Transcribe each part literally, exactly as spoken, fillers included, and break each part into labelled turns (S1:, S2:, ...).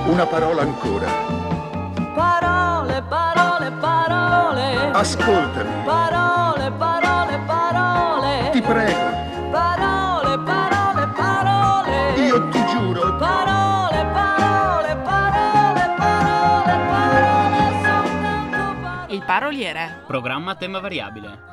S1: Una parola ancora.
S2: Parole, parole, parole.
S1: Ascoltami.
S2: Parole, parole, parole.
S1: Ti prego.
S2: Parole, parole, parole.
S1: Io ti giuro.
S2: Parole, parole, parole, parole, parole, soltanto parole.
S3: Il paroliere.
S4: Programma a tema variabile.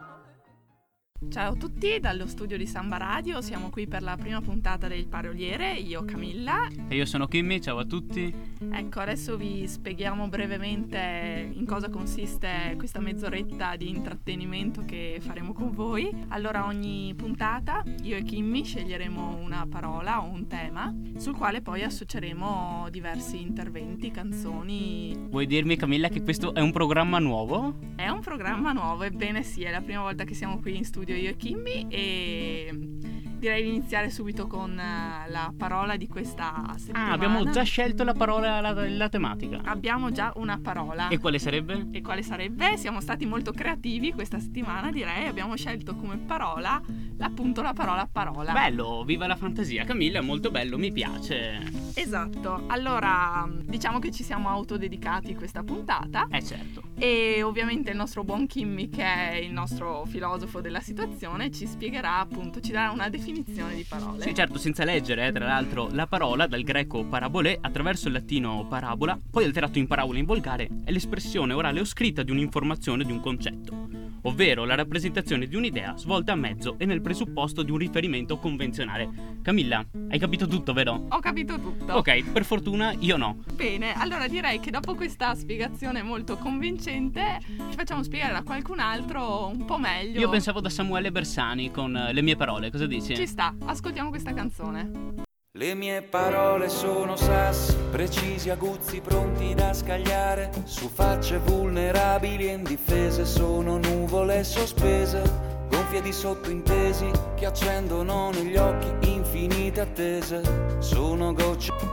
S3: Ciao a tutti, dallo studio di Samba Radio, siamo qui per la prima puntata del Paroliere, io Camilla.
S4: E io sono Kimmy, ciao a tutti.
S3: Ecco, adesso vi spieghiamo brevemente in cosa consiste questa mezz'oretta di intrattenimento che faremo con voi. Allora, ogni puntata io e Kimmy sceglieremo una parola o un tema, sul quale poi associeremo diversi interventi, canzoni.
S4: Vuoi dirmi, Camilla, che questo è un programma nuovo?
S3: È un programma nuovo, ebbene sì, è la prima volta che siamo qui in studio io e Kimmy e direi di iniziare subito con la parola di questa settimana.
S4: Ah, abbiamo già scelto la parola, la, la tematica.
S3: Abbiamo già una parola.
S4: E quale sarebbe?
S3: E quale sarebbe? Siamo stati molto creativi questa settimana, direi. Abbiamo scelto come parola, appunto, la parola parola.
S4: Bello, viva la fantasia. Camilla, è molto bello, mi piace.
S3: Esatto. Allora, diciamo che ci siamo autodedicati questa puntata.
S4: Eh certo.
S3: E ovviamente il nostro buon Kimmy, che è il nostro filosofo della situazione, ci spiegherà, appunto, ci darà una definizione di parole.
S4: Sì, certo, senza leggere, eh, tra l'altro, la parola, dal greco parabolè, attraverso il latino parabola, poi alterato in parabola in volgare, è l'espressione orale o scritta di un'informazione, di un concetto, ovvero la rappresentazione di un'idea svolta a mezzo e nel presupposto di un riferimento convenzionale. Camilla, hai capito tutto, vero?
S3: Ho capito tutto.
S4: Ok, per fortuna io no.
S3: Bene, allora direi che dopo questa spiegazione molto convincente ci facciamo spiegare da qualcun altro un po' meglio.
S4: Io pensavo da Samuele Bersani con Le mie parole, cosa dici?
S3: Ci sta, ascoltiamo questa canzone.
S5: Le mie parole sono sassi, precisi, aguzzi, pronti da scagliare su facce vulnerabili e indifese. Sono nuvole sospese, gonfie di sottintesi che accendono negli occhi infinite attese. Sono gocce.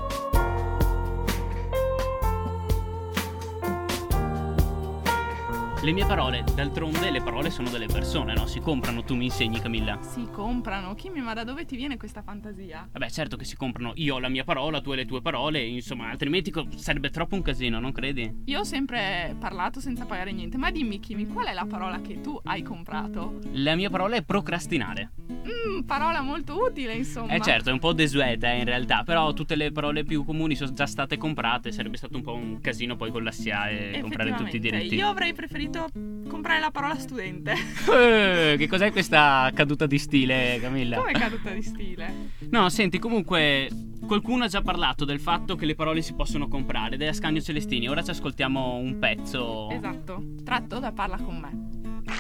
S4: Le mie parole, d'altronde le parole sono delle persone, no? Si comprano, tu mi insegni, Camilla.
S3: Si comprano? Kimmy, ma da dove ti viene questa fantasia?
S4: Vabbè, certo che si comprano. Io ho la mia parola, tu hai le tue parole, insomma, altrimenti co- sarebbe troppo un casino, non credi?
S3: Io ho sempre parlato senza pagare niente, ma dimmi, Kimmy, qual è la parola che tu hai comprato?
S4: La mia parola è procrastinare.
S3: Mmm, parola molto utile, insomma.
S4: Eh certo, è un po' desueta eh, in realtà, però tutte le parole più comuni sono già state comprate, sarebbe stato un po' un casino poi con la S I A e comprare tutti i diritti.
S3: Io avrei preferito comprare la parola studente.
S4: Eh, che cos'è questa caduta di stile, Camilla?
S3: Come caduta di stile?
S4: No, senti, comunque qualcuno ha già parlato del fatto che le parole si possono comprare ed è Ascanio Celestini. Ora ci ascoltiamo un pezzo.
S3: Esatto, tratto da Parla con me.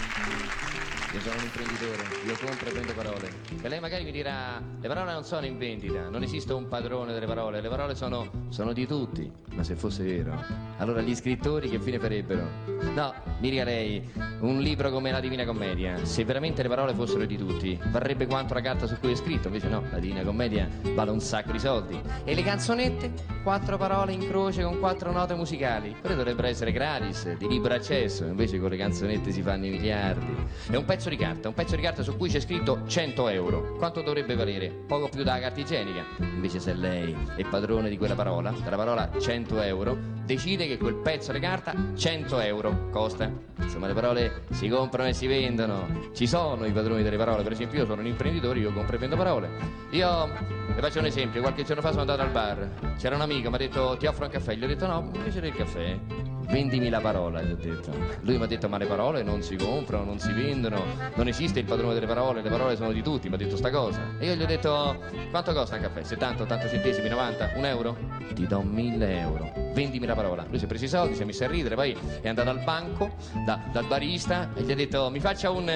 S6: Io sono un imprenditore, io compro e prendo parole. E lei magari mi dirà, le parole non sono in vendita, non esiste un padrone delle parole, le parole sono, sono di tutti. Ma se fosse vero, allora gli scrittori che fine farebbero? No, mi dica lei, un libro come la Divina Commedia, se veramente le parole fossero di tutti, varrebbe quanto la carta su cui è scritto, invece no, la Divina Commedia vale un sacco di soldi. E le canzonette? Quattro parole in croce con quattro note musicali, quelle dovrebbero essere gratis, di libero accesso, invece con le canzonette si fanno i miliardi. È un pezzo di carta, un pezzo di carta su cui c'è scritto cento euro. Quanto dovrebbe valere? Poco più della carta igienica. Invece se lei è padrone di quella parola, della parola cento euro, decide che quel pezzo di carta cento euro costa. Insomma, le parole si comprano e si vendono. Ci sono i padroni delle parole, per esempio io sono un imprenditore, io compro e vendo parole. Io le faccio un esempio, qualche giorno fa sono andato al bar, c'era un amico, mi ha detto ti offro un caffè, gli ho detto no, mi piace del caffè. Vendimi la parola, gli ho detto. Lui mi ha detto ma le parole non si comprano, non si vendono, non esiste il padrone delle parole, le parole sono di tutti, mi ha detto sta cosa. E io gli ho detto quanto costa un caffè? settanta, ottanta centesimi, novanta, un euro? Ti do mille euro, vendimi la parola. Lui si è preso i soldi, si è messo a ridere, poi è andato al banco da, dal barista e gli ha detto mi faccia un...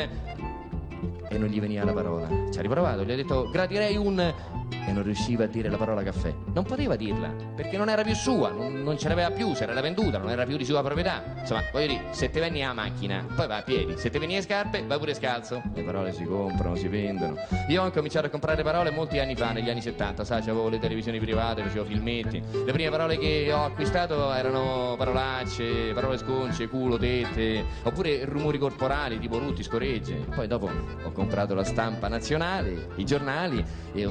S6: E non gli veniva la parola. Ci ha riprovato, gli ha detto gradirei un... E non riusciva a dire la parola caffè. Non poteva dirla, perché non era più sua, non, non ce l'aveva più, se era venduta, non era più di sua proprietà. Insomma, voglio dire, se te venni a macchina, poi vai a piedi, se te venni a scarpe, vai pure scalzo. Le parole si comprano, si vendono. Io ho cominciato a comprare parole molti anni fa, negli anni settanta, sai, avevo le televisioni private, facevo filmetti. Le prime parole che ho acquistato erano parolacce, parole sconce, culo, tette, oppure rumori corporali, tipo rutti, scoregge. Poi dopo ho comprato la stampa nazionale, i giornali, e ho dovuto comprare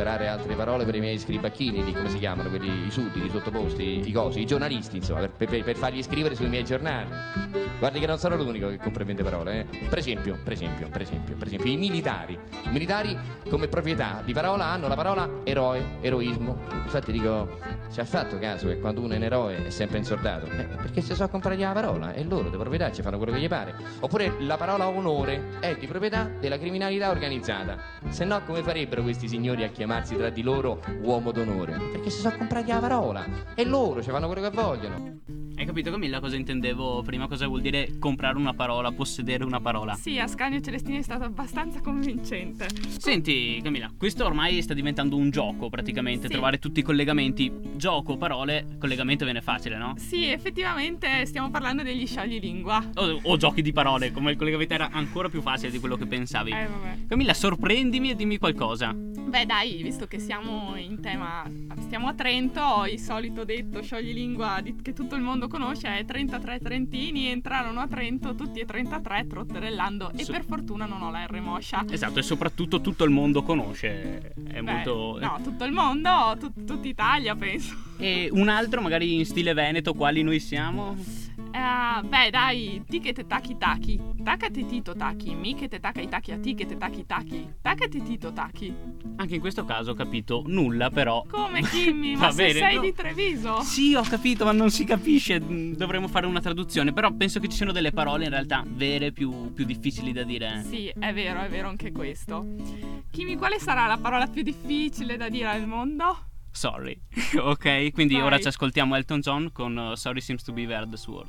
S6: recuperare altre parole per i miei scribacchini, di come si chiamano, quelli, i sudditi, i sottoposti, i cosi, i giornalisti, insomma, per, per, per fargli scrivere sui miei giornali. Guardi che non sono l'unico che comprende parole, eh. Per esempio, per esempio, per esempio, per esempio, i militari. I militari come proprietà di parola hanno la parola eroe, eroismo. Infatti dico, ci ha fatto caso che quando uno è un eroe è sempre insordato? Eh, perché se so comprare la parola, e loro di proprietà ci fanno quello che gli pare. Oppure la parola onore è di proprietà della criminalità organizzata. Se no come farebbero questi signori a chiamarsi tra di loro uomo d'onore? Perché se so comprare la parola, e loro ci fanno quello che vogliono.
S4: Hai capito, Camilla, cosa intendevo prima? Cosa vuol dire comprare una parola, possedere una parola?
S3: Sì, Ascanio Celestini è stato abbastanza convincente.
S4: Senti, Camilla, questo ormai sta diventando un gioco praticamente,
S3: Sì.
S4: trovare tutti i collegamenti. Gioco, parole, collegamento viene facile, no?
S3: Sì, effettivamente stiamo parlando degli scioglilingua.
S4: O, o giochi di parole, come il collegamento era ancora più facile di quello che pensavi.
S3: Eh, vabbè.
S4: Camilla, sorprendimi e dimmi qualcosa.
S3: Beh, dai, visto che siamo in tema, stiamo a Trento, il solito detto scioglilingua di- che tutto il mondo conosce è trentatré trentini entrarono a Trento tutti e trentatré trotterellando e
S4: Sì.
S3: per fortuna non ho la R moscia.
S4: Esatto, e soprattutto tutto il mondo conosce. È
S3: Beh,
S4: molto.
S3: no, tutto il mondo, tut- tutta Italia penso.
S4: E un altro, magari in stile veneto, quali noi siamo?
S3: Eh, beh, dai, ti che te tacchi tacchi, taccati tito tacchi, mi che te tacca i tacchi a ti che te tacchi tacchi, taccati tito tacchi.
S4: Anche in questo caso ho capito nulla, però.
S3: Come Kimmy,
S4: Va
S3: ma se
S4: bene,
S3: sei
S4: no.
S3: di Treviso.
S4: Sì, ho capito, ma non si capisce. mm, Dovremmo fare una traduzione. Però penso che ci siano delle parole in realtà vere più, più difficili da dire.
S3: Sì, è vero, è vero anche questo. Kimmy, quale sarà la parola più difficile da dire al mondo?
S4: Sorry. Ok, quindi
S3: Vai.
S4: ora ci ascoltiamo Elton John con uh, Sorry Seems to Be the Hardest Word.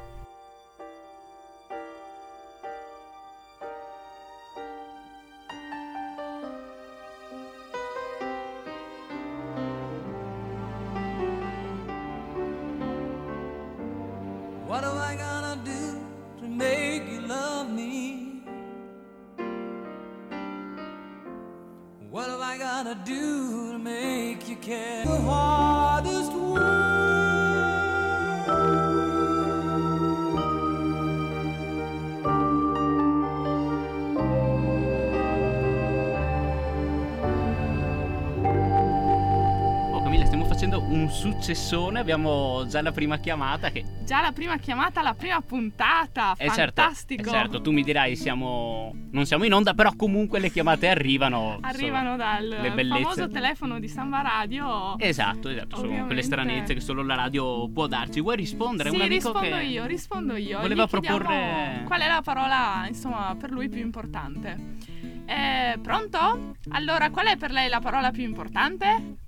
S7: What am I gonna do to make you love me? What am I gonna do to make you care? The hardest
S4: Oh Camilla, stiamo facendo un successone. Abbiamo già la prima chiamata che...
S3: Già la prima chiamata, la prima puntata,
S4: Eh certo,
S3: fantastico.
S4: eh certo, tu mi dirai siamo... non siamo in onda, però comunque le chiamate arrivano.
S3: Arrivano
S4: sono
S3: dal
S4: le bellezze.
S3: famoso telefono di Samba Radio.
S4: Esatto, esatto, sono
S3: Ovviamente.
S4: quelle stranezze che solo la radio può darci. Vuoi rispondere?
S3: Sì,
S4: un amico
S3: rispondo
S4: che
S3: io, rispondo io.
S4: voleva
S3: Gli chiediamo
S4: proporre-
S3: qual è la parola, insomma, per lui più importante. Eh, pronto? Allora, qual è per lei la parola più importante?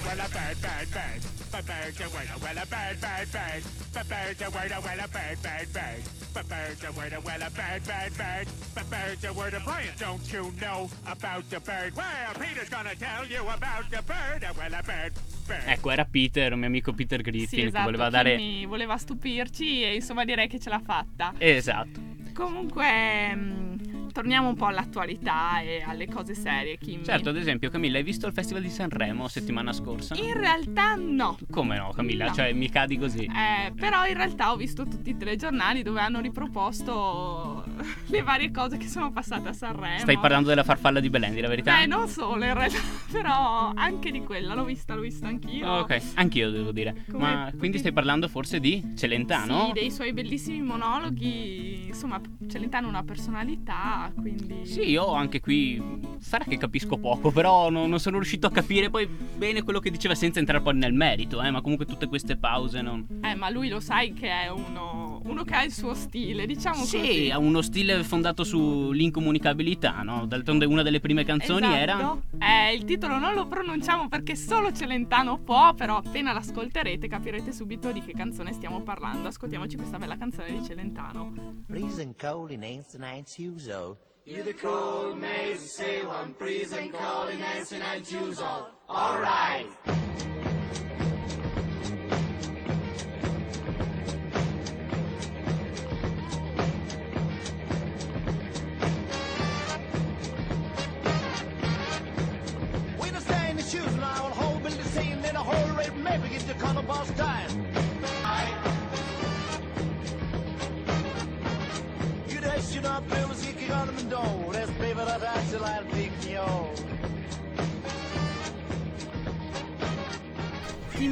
S4: Ecco, era Peter, mio amico Peter Griffin,
S3: Sì, esatto,
S4: che voleva dare...
S3: Kimmy voleva stupirci e insomma direi che ce l'ha fatta.
S4: Esatto.
S3: Comunque, mh, torniamo un po' all'attualità e alle cose serie, Kimmy.
S4: Certo, ad esempio, Camilla, hai visto il Festival di Sanremo settimana scorsa?
S3: In realtà no.
S4: Come no, Camilla?
S3: No.
S4: Cioè, mi cadi così.
S3: Eh, però in realtà ho visto tutti i telegiornali dove hanno riproposto le varie cose che sono passate a Sanremo.
S4: Stai parlando della farfalla di Belen, di la verità?
S3: Beh, non solo in realtà, però anche di quella l'ho vista, l'ho vista anch'io.
S4: Ok, anch'io devo dire.
S3: Come
S4: Ma
S3: tutti-
S4: quindi stai parlando forse di Celentano?
S3: Sì, dei suoi bellissimi monologhi. Insomma, Celentano ha una personalità, quindi...
S4: Sì, io anche qui sarà che capisco poco, però non, non sono riuscito a capire poi bene quello che diceva senza entrare poi nel merito, eh, ma comunque tutte queste pause non...
S3: Eh, ma lui lo sai che è uno, uno che ha il suo stile, diciamo
S4: Sì,
S3: così.
S4: ha uno stile fondato sull'incomunicabilità, no? D'altronde una delle prime canzoni era...
S3: Esatto. Eh, il titolo non lo pronunciamo perché solo Celentano può, però appena l'ascolterete capirete subito di che canzone stiamo parlando. Ascoltiamoci questa bella canzone di Celentano.
S8: Freezing cold in Nancy Nine Uso. When I stay in the shoes, and I will hold Billy saying that a whole red maybe get the color boss time. You dash it up, Bill, was kicking on the door. That's baby that I still had to pick me off.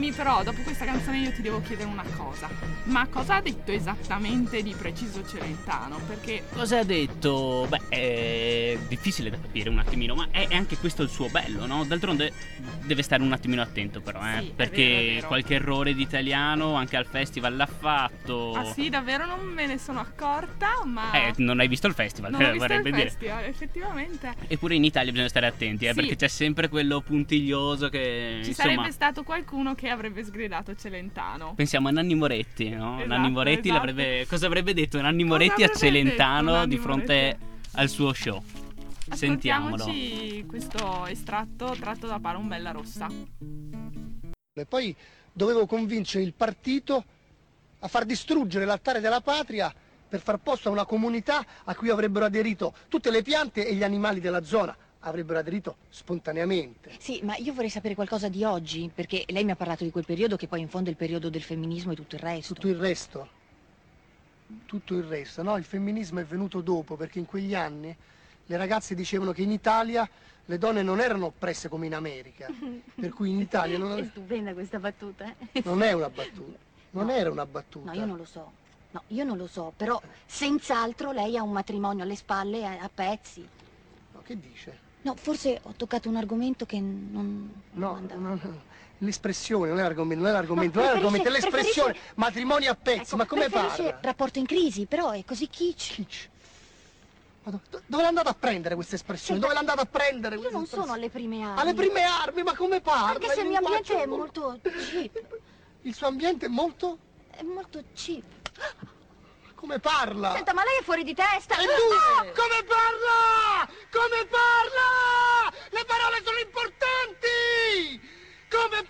S3: Kimmy, però dopo questa canzone io ti devo chiedere una cosa. Ma cosa ha detto esattamente di preciso Celentano? Perché
S4: Cosa ha detto? Beh, è difficile da capire un attimino, ma è, è anche questo il suo bello, no? D'altronde deve stare un attimino attento però, eh?
S3: Sì, è
S4: Perché
S3: vero, è vero.
S4: qualche errore di italiano anche al festival l'ha fatto.
S3: ah sì, davvero non me ne sono accorta, ma
S4: Eh, non hai visto il festival,
S3: non ho
S4: eh,
S3: visto
S4: vorrebbe
S3: il
S4: dire.
S3: festival, effettivamente.
S4: Eppure in Italia bisogna stare attenti, eh,
S3: Sì.
S4: perché c'è sempre quello puntiglioso che
S3: Ci
S4: insomma.
S3: sarebbe stato qualcuno che avrebbe sgridato Celentano.
S4: Pensiamo a Nanni Moretti, no?
S3: Esatto,
S4: Nanni Moretti
S3: esatto.
S4: l'avrebbe. Cosa avrebbe detto Nanni
S3: Cosa
S4: Moretti a
S3: avrebbe
S4: Celentano
S3: detto Nanni
S4: di fronte
S3: Moretti?
S4: al suo show? Sentiamolo.
S3: Ascoltiamoci questo estratto tratto da Parombella Rossa.
S9: E poi dovevo convincere il partito a far distruggere l'altare della patria per far posto a una comunità a cui avrebbero aderito tutte le piante e gli animali della zona. Avrebbero aderito spontaneamente.
S10: Sì, ma io vorrei sapere qualcosa di oggi, perché lei mi ha parlato di quel periodo che poi in fondo è il periodo del femminismo e tutto il resto.
S9: Tutto il resto. Tutto il resto, no? Il femminismo è venuto dopo, perché in quegli anni le ragazze dicevano che in Italia le donne non erano oppresse come in America. Per cui in Italia non,
S10: È stupenda questa battuta, eh?
S9: non è una battuta. Non
S10: No.
S9: era una battuta.
S10: No, io non lo so. No, io non lo so, però senz'altro lei ha un matrimonio alle spalle a, a pezzi.
S9: No, che dice?
S10: No, forse ho toccato un argomento che non...
S9: No,
S10: non
S9: no, no. L'espressione, non è l'argomento, non è l'argomento,
S10: No,
S9: non è l'argomento, è
S10: preferisce-
S9: l'espressione.
S10: preferisce-
S9: Matrimonio a pezzi,
S10: Ecco,
S9: ma come
S10: preferisce
S9: parla?
S10: rapporto in crisi, però è così kitsch.
S9: Kitsch. Ma do- do- dove l'è andata a prendere questa espressione?
S10: Senta,
S9: Dove l'è andata a prendere
S10: Io
S9: questa
S10: non sono
S9: espressione?
S10: alle prime armi.
S9: Alle prime armi, ma come parla?
S10: Anche se il mio ambiente è molto cheap.
S9: Il suo ambiente è molto...
S10: È molto cheap.
S9: come parla?
S10: Senta, ma lei è fuori di testa.
S9: E tu, come parla? Come parla? Le parole sono importanti! Come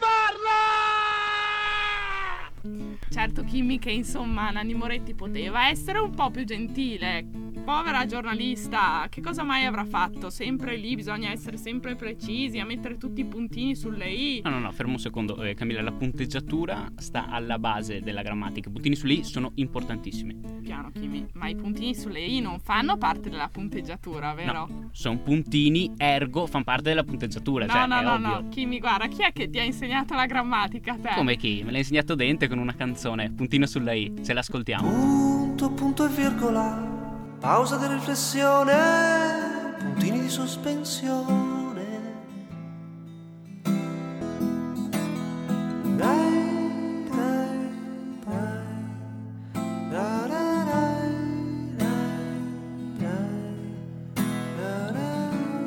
S9: parla?
S3: Certo, Kimmy, che insomma Nanni Moretti poteva essere un po' più gentile. Povera giornalista, che cosa mai avrà fatto? Sempre lì bisogna essere sempre precisi, a mettere tutti i puntini sulle i.
S4: No, no, no, fermo un secondo, eh, Camilla, la punteggiatura sta alla base della grammatica. I puntini sulle i sono importantissimi.
S3: Piano, Kimmy, ma i puntini sulle i non fanno parte della punteggiatura, vero?
S4: No, sono puntini, ergo fanno parte della punteggiatura,
S3: no,
S4: cioè
S3: no,
S4: è
S3: no,
S4: ovvio.
S3: no, Kimmy, guarda, chi è che ti ha insegnato la grammatica a te?
S4: Come chi? Me l'ha insegnato Dente con una canzone, puntino sulla i, se l'ascoltiamo.
S7: Punto, punto e virgola, pausa di riflessione, puntini di sospensione. Dai, dai, dai, da, da, dai, dai, dai, da, da,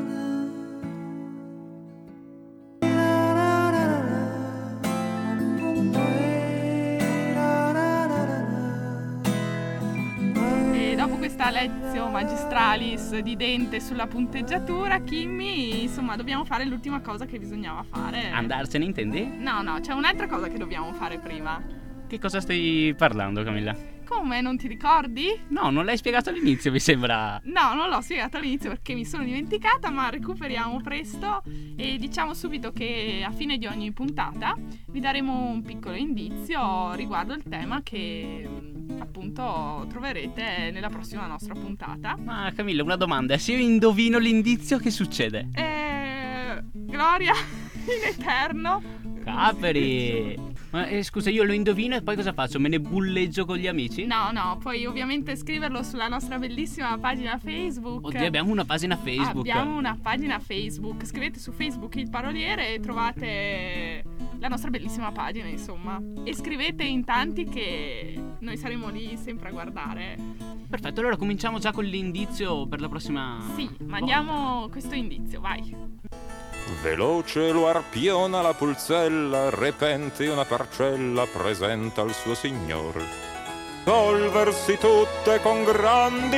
S3: E dopo questa lezione magistralis di Dente sulla punteggiatura, Kimmy, insomma, dobbiamo fare l'ultima cosa che bisognava fare.
S4: Andarsene, intendi?
S3: No, no, c'è un'altra cosa che dobbiamo fare prima.
S4: Che cosa stai parlando, Camilla?
S3: Come, non ti ricordi?
S4: No, non l'hai spiegato all'inizio, mi sembra.
S3: No, non l'ho spiegato all'inizio perché mi sono dimenticata, ma recuperiamo presto e diciamo subito che a fine di ogni puntata vi daremo un piccolo indizio riguardo il tema che mh, appunto troverete nella prossima nostra puntata.
S4: Ma Camilla, una domanda, se io indovino l'indizio che succede?
S3: E... Gloria in eterno.
S4: Caperi! Ma eh, scusa, io lo indovino e poi cosa faccio? Me ne bulleggio con gli amici?
S3: No, no, puoi ovviamente scriverlo sulla nostra bellissima pagina Facebook.
S4: Oddio, abbiamo una pagina Facebook.
S3: Abbiamo una pagina Facebook. Scrivete su Facebook Il Paroliere e trovate la nostra bellissima pagina, insomma. E scrivete in tanti che noi saremo lì sempre a guardare.
S4: Perfetto, allora cominciamo già con l'indizio per la prossima.
S3: Sì, mandiamo questo indizio, vai.
S11: Veloce lo arpiona la pulzella, repente una parcella presenta al suo signor. Solversi tutte con grandi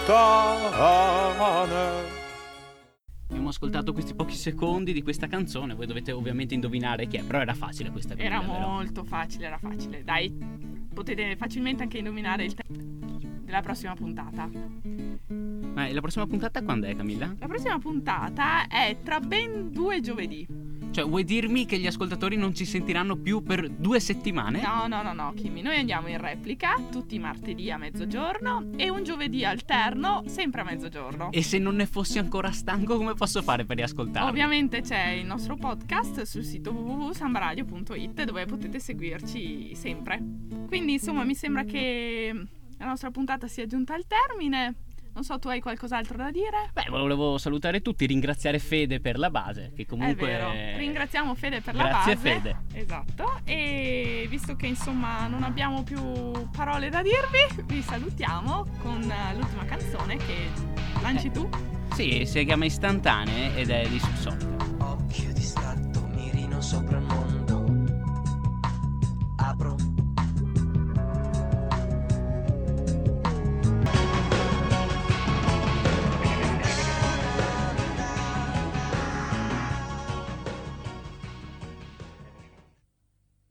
S11: puttane.
S4: Abbiamo ascoltato questi pochi secondi di questa canzone, voi dovete ovviamente indovinare chi è, però era facile questa
S3: Era
S4: Camilla, vero?
S3: molto facile, era facile. Dai, potete facilmente anche indovinare il tema della prossima puntata.
S4: Ma la prossima puntata quando è, Camilla?
S3: La prossima puntata è tra ben due giovedì.
S4: Cioè, vuoi dirmi che gli ascoltatori non ci sentiranno più per due settimane?
S3: No, no, no, no, Kimmy, noi andiamo in replica tutti i martedì a mezzogiorno e un giovedì alterno sempre a mezzogiorno.
S4: E se non ne fossi ancora stanco, come posso fare per riascoltarli?
S3: Ovviamente c'è il nostro podcast sul sito w w w punto samba radio punto it dove potete seguirci sempre. Quindi insomma mi sembra che la nostra puntata sia giunta al termine. Non so, tu hai qualcos'altro da dire?
S4: Beh, volevo salutare tutti, ringraziare Fede per la base, che comunque...
S3: È vero, ringraziamo Fede per la
S4: Grazie,
S3: base.
S4: Fede.
S3: Esatto, e visto che insomma non abbiamo più parole da dirvi, vi salutiamo con l'ultima canzone che lanci
S4: eh.
S3: tu.
S4: Sì, si chiama Istantanee ed è di Subsonica.